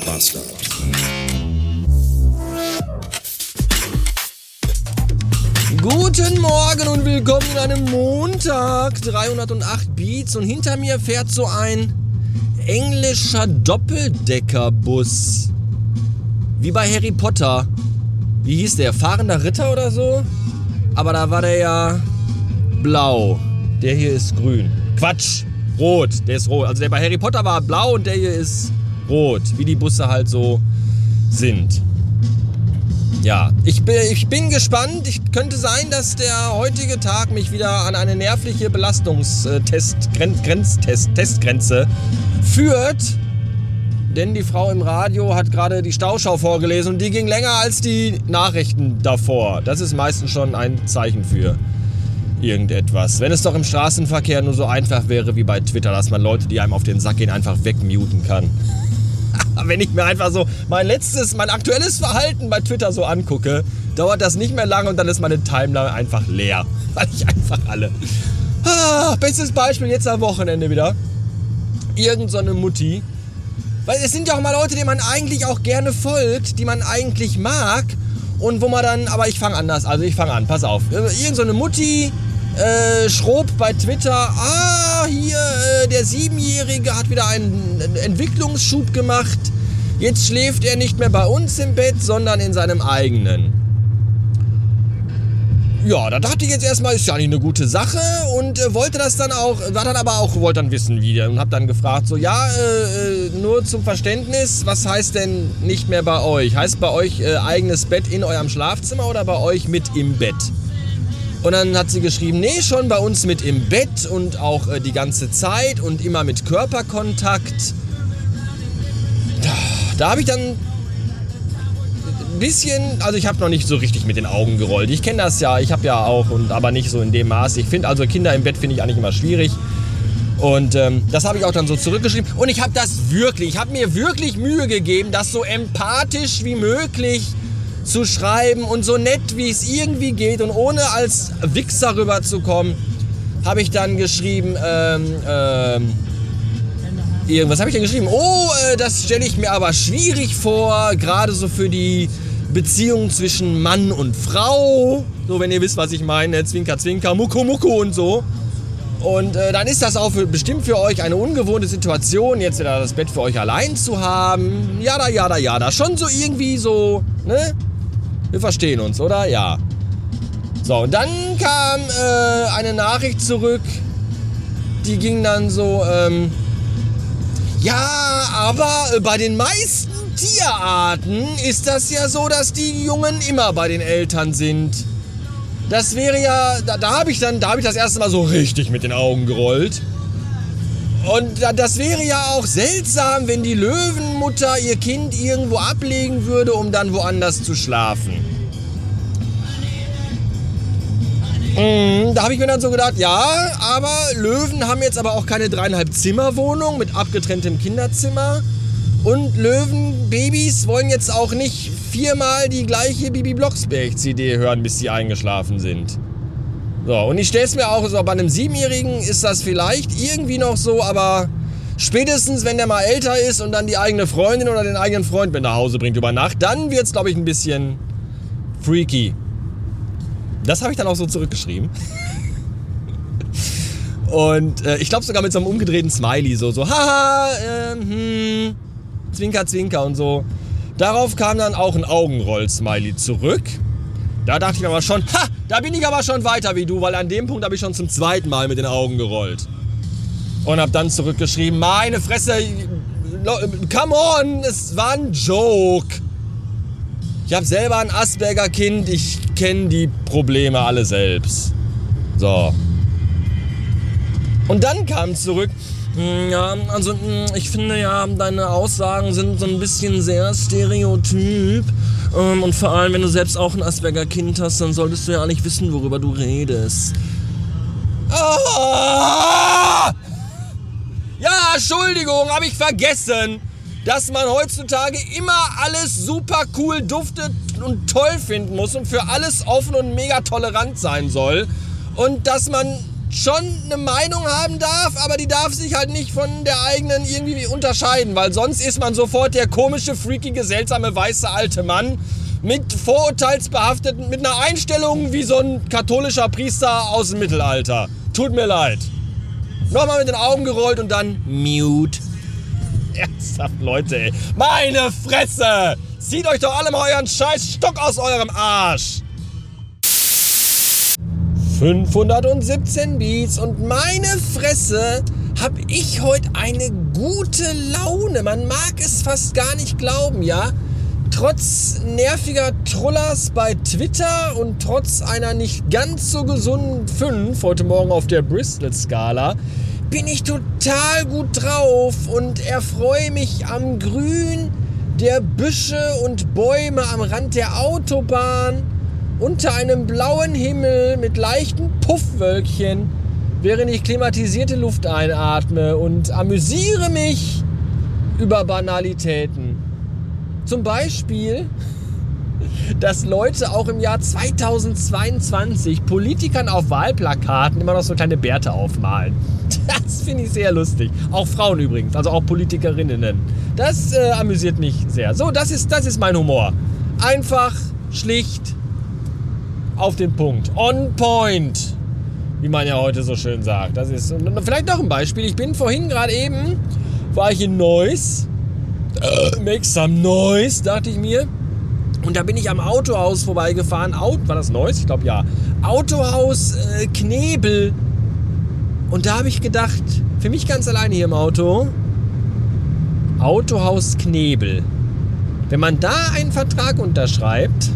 Bastard. Guten Morgen und willkommen in einem Montag, 308 Beats, und hinter mir fährt so ein englischer Doppeldeckerbus. Wie bei Harry Potter. Wie hieß der? Fahrender Ritter oder so? Aber da war der ja blau. Der hier ist grün. Quatsch! Rot. Der ist rot. Also der bei Harry Potter war blau und der hier ist rot. Wie die Busse halt so sind. Ja, ich bin gespannt. Könnte sein, dass der heutige Tag mich wieder an eine nervliche Testgrenze führt. Denn die Frau im Radio hat gerade die Stauschau vorgelesen und die ging länger als die Nachrichten davor. Das ist meistens schon ein Zeichen für irgendetwas. Wenn es doch im Straßenverkehr nur so einfach wäre wie bei Twitter, dass man Leute, die einem auf den Sack gehen, einfach wegmuten kann. Wenn ich mir einfach so mein aktuelles Verhalten bei Twitter so angucke, dauert das nicht mehr lange und dann ist meine Timeline einfach leer. Weil ich einfach alle... bestes Beispiel jetzt am Wochenende wieder. Irgend so eine Mutti. Weil es sind ja auch mal Leute, denen man eigentlich auch gerne folgt, die man eigentlich mag und wo man dann... Aber ich fange anders, also ich fange an, pass auf. Irgend so eine Mutti... schrob bei Twitter, hier, der 7-Jährige hat wieder einen Entwicklungsschub gemacht. Jetzt schläft er nicht mehr bei uns im Bett, sondern in seinem eigenen. Ja, da dachte ich jetzt erstmal, ist ja nicht eine gute Sache und wollte das dann auch, wollte dann wissen wie und hab dann gefragt, so, ja, nur zum Verständnis, was heißt denn nicht mehr bei euch? Heißt bei euch eigenes Bett in eurem Schlafzimmer oder bei euch mit im Bett? Und dann hat sie geschrieben, nee, schon bei uns mit im Bett und auch die ganze Zeit und immer mit Körperkontakt. Da habe ich dann ein bisschen, also ich habe noch nicht so richtig mit den Augen gerollt. Ich kenne das ja, ich habe ja auch, aber nicht so in dem Maß. Ich finde also Kinder im Bett finde ich eigentlich immer schwierig. Und das habe ich auch dann so zurückgeschrieben. Und ich habe mir wirklich Mühe gegeben, das so empathisch wie möglich zu schreiben und so nett wie es irgendwie geht und ohne als Wichser rüberzukommen, habe ich dann geschrieben, was habe ich denn geschrieben? Das stelle ich mir aber schwierig vor, gerade so für die Beziehung zwischen Mann und Frau, so wenn ihr wisst, was ich meine, Zwinker, Zwinker, Mucko, Mucko und so. Und dann ist das auch bestimmt für euch eine ungewohnte Situation, jetzt wieder das Bett für euch allein zu haben. Jada. Schon so irgendwie so, ne? Wir verstehen uns, oder? Ja. So, und dann kam eine Nachricht zurück, die ging dann so, ja, aber bei den meisten Tierarten ist das ja so, dass die Jungen immer bei den Eltern sind. Das wäre ja, da habe ich das erste Mal so richtig mit den Augen gerollt. Und das wäre ja auch seltsam, wenn die Löwenmutter ihr Kind irgendwo ablegen würde, um dann woanders zu schlafen. Da habe ich mir dann so gedacht, ja, aber Löwen haben jetzt aber auch keine 3,5 Zimmerwohnung mit abgetrenntem Kinderzimmer. Und Löwenbabys wollen jetzt auch nicht 4-mal die gleiche Bibi Blocksberg-CD hören, bis sie eingeschlafen sind. So, und ich stelle es mir auch so, bei einem 7-Jährigen ist das vielleicht irgendwie noch so, aber spätestens, wenn der mal älter ist und dann die eigene Freundin oder den eigenen Freund mit nach Hause bringt über Nacht, dann wird es, glaube ich, ein bisschen freaky. Das habe ich dann auch so zurückgeschrieben. Und ich glaube sogar mit so einem umgedrehten Smiley, so haha, Zwinker, Zwinker und so. Darauf kam dann auch ein Augenroll-Smiley zurück. Da dachte ich mir aber schon, da bin ich aber schon weiter wie du, weil an dem Punkt habe ich schon zum 2. Mal mit den Augen gerollt. Und habe dann zurückgeschrieben, meine Fresse, come on, es war ein Joke. Ich habe selber ein Asperger-Kind, ich kenne die Probleme alle selbst. So. Und dann kam zurück, ja, also ich finde ja, deine Aussagen sind so ein bisschen sehr stereotyp. Und vor allem, wenn du selbst auch ein Asperger-Kind hast, dann solltest du ja eigentlich wissen, worüber du redest. Ja, Entschuldigung, habe ich vergessen, dass man heutzutage immer alles super cool duftet und toll finden muss und für alles offen und mega tolerant sein soll. Und dass man schon eine Meinung haben darf, aber die darf sich halt nicht von der eigenen irgendwie unterscheiden, weil sonst ist man sofort der komische, freakige, seltsame, weiße alte Mann mit vorurteilsbehafteten, mit einer Einstellung wie so ein katholischer Priester aus dem Mittelalter. Tut mir leid. Nochmal mit den Augen gerollt und dann mute. Ernsthaft, Leute, ey. Meine Fresse! Zieht euch doch alle mal euren scheiß Stock aus eurem Arsch! 517 Beats und meine Fresse, hab ich heute eine gute Laune. Man mag es fast gar nicht glauben, ja? Trotz nerviger Trollers bei Twitter und trotz einer nicht ganz so gesunden 5 heute Morgen auf der Bristol-Skala bin ich total gut drauf und erfreue mich am Grün der Büsche und Bäume am Rand der Autobahn unter einem blauen Himmel mit leichten Puffwölkchen, während ich klimatisierte Luft einatme und amüsiere mich über Banalitäten. Zum Beispiel, dass Leute auch im Jahr 2022 Politikern auf Wahlplakaten immer noch so kleine Bärte aufmalen. Das finde ich sehr lustig. Auch Frauen übrigens, also auch Politikerinnen. Das amüsiert mich sehr. So, das ist mein Humor. Einfach, schlicht, auf den Punkt. On point, wie man ja heute so schön sagt. Das ist vielleicht noch ein Beispiel. Ich bin vorhin gerade eben, war ich in Neuss. Make some noise, dachte ich mir. Und da bin ich am Autohaus vorbeigefahren. War das Neuss? Ich glaube ja. Autohaus Knebel. Und da habe ich gedacht, für mich ganz alleine hier im Auto, Autohaus Knebel. Wenn man da einen Vertrag unterschreibt,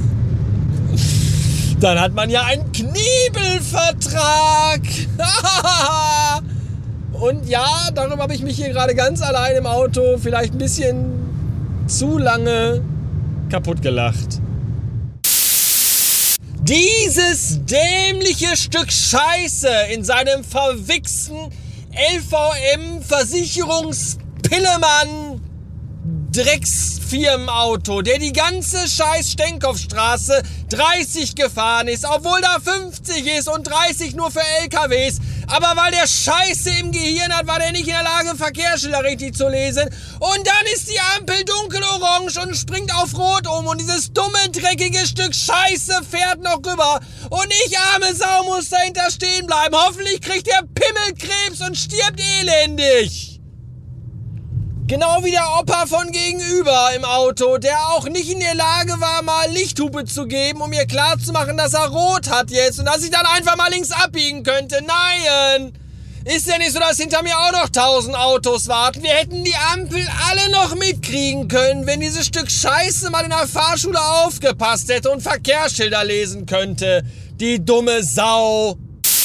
dann hat man ja einen Knebelvertrag. Und ja, darüber habe ich mich hier gerade ganz allein im Auto vielleicht ein bisschen zu lange kaputt gelacht. Dieses dämliche Stück Scheiße in seinem verwichsten LVM-Versicherungspillemann Drecksfirmenauto, der die ganze scheiß Stenkopfstraße 30 gefahren ist, obwohl da 50 ist und 30 nur für LKWs. Aber weil der Scheiße im Gehirn hat, war der nicht in der Lage, Verkehrsschilder richtig zu lesen. Und dann ist die Ampel dunkelorange und springt auf Rot um. Und dieses dumme, dreckige Stück Scheiße fährt noch rüber. Und ich, arme Sau, muss dahinter stehen bleiben. Hoffentlich kriegt der Pimmelkrebs und stirbt elendig. Genau wie der Opa von gegenüber im Auto, der auch nicht in der Lage war, mal Lichthupe zu geben, um mir klarzumachen, dass er rot hat jetzt und dass ich dann einfach mal links abbiegen könnte. Nein! Ist ja nicht so, dass hinter mir auch noch 1000 Autos warten. Wir hätten die Ampel alle noch mitkriegen können, wenn dieses Stück Scheiße mal in der Fahrschule aufgepasst hätte und Verkehrsschilder lesen könnte. Die dumme Sau.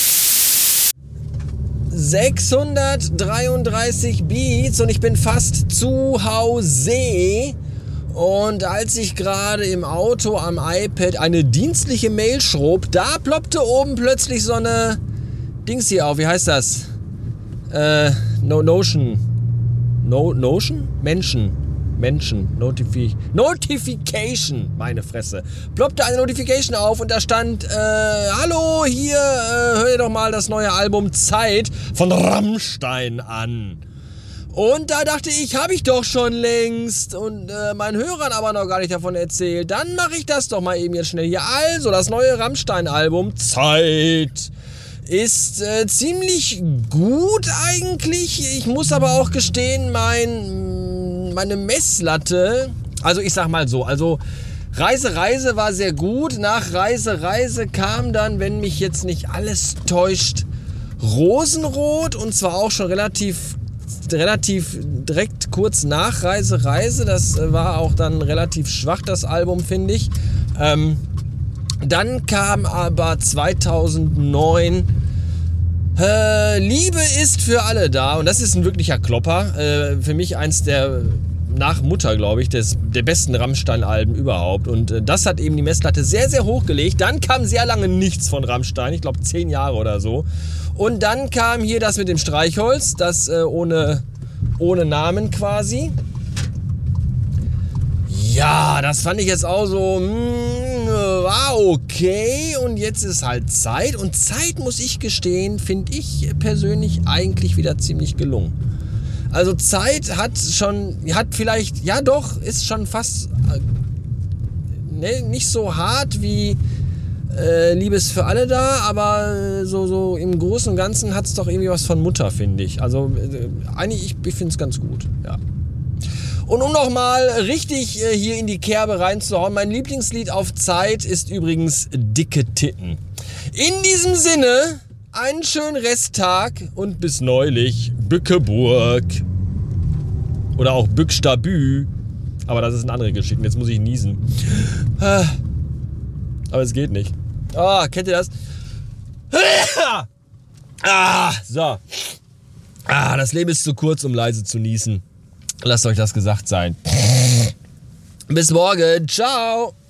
633 Beats und ich bin fast zu Hause. Und als ich gerade im Auto am iPad eine dienstliche Mail schrob, da ploppte oben plötzlich so eine Dings hier auf. Wie heißt das? Notion? Notification. Meine Fresse. Ploppte eine Notification auf und da stand, hallo, hier, hör dir doch mal das neue Album Zeit von Rammstein an. Und da dachte ich, habe ich doch schon längst und meinen Hörern aber noch gar nicht davon erzählt. Dann mache ich das doch mal eben jetzt schnell hier. Also, das neue Rammstein-Album Zeit ist ziemlich gut eigentlich. Ich muss aber auch gestehen, meine Messlatte, also ich sag mal so, also Reise war sehr gut. Nach Reise kam dann, wenn mich jetzt nicht alles täuscht, Rosenrot und zwar auch schon relativ direkt kurz nach Reise. Das war auch dann relativ schwach, das Album, finde ich. Dann kam aber 2009 Liebe ist für alle da und das ist ein wirklicher Klopper. Für mich eins der, nach Mutter glaube ich, der besten Rammstein-Alben überhaupt und das hat eben die Messlatte sehr, sehr hoch gelegt. Dann kam sehr lange nichts von Rammstein, ich glaube 10 Jahre oder so. Und dann kam hier das mit dem Streichholz, das ohne Namen quasi. Ja, das fand ich jetzt auch so, war okay und jetzt ist halt Zeit. Und Zeit, muss ich gestehen, finde ich persönlich eigentlich wieder ziemlich gelungen. Also Zeit ist schon fast nicht so hart wie Liebe ist für alle da, aber so im Großen und Ganzen hat es doch irgendwie was von Mutter, finde ich. Also eigentlich, ich finde es ganz gut, ja. Und um nochmal richtig hier in die Kerbe reinzuhauen, mein Lieblingslied auf Zeit ist übrigens Dicke Titten. In diesem Sinne, einen schönen Resttag und bis neulich, Bückeburg. Oder auch Bückstabü. Aber das ist eine andere Geschichte. Jetzt muss ich niesen. Aber es geht nicht. Kennt ihr das? So. Das Leben ist zu kurz, um leise zu niesen. Lasst euch das gesagt sein. Bis morgen. Ciao.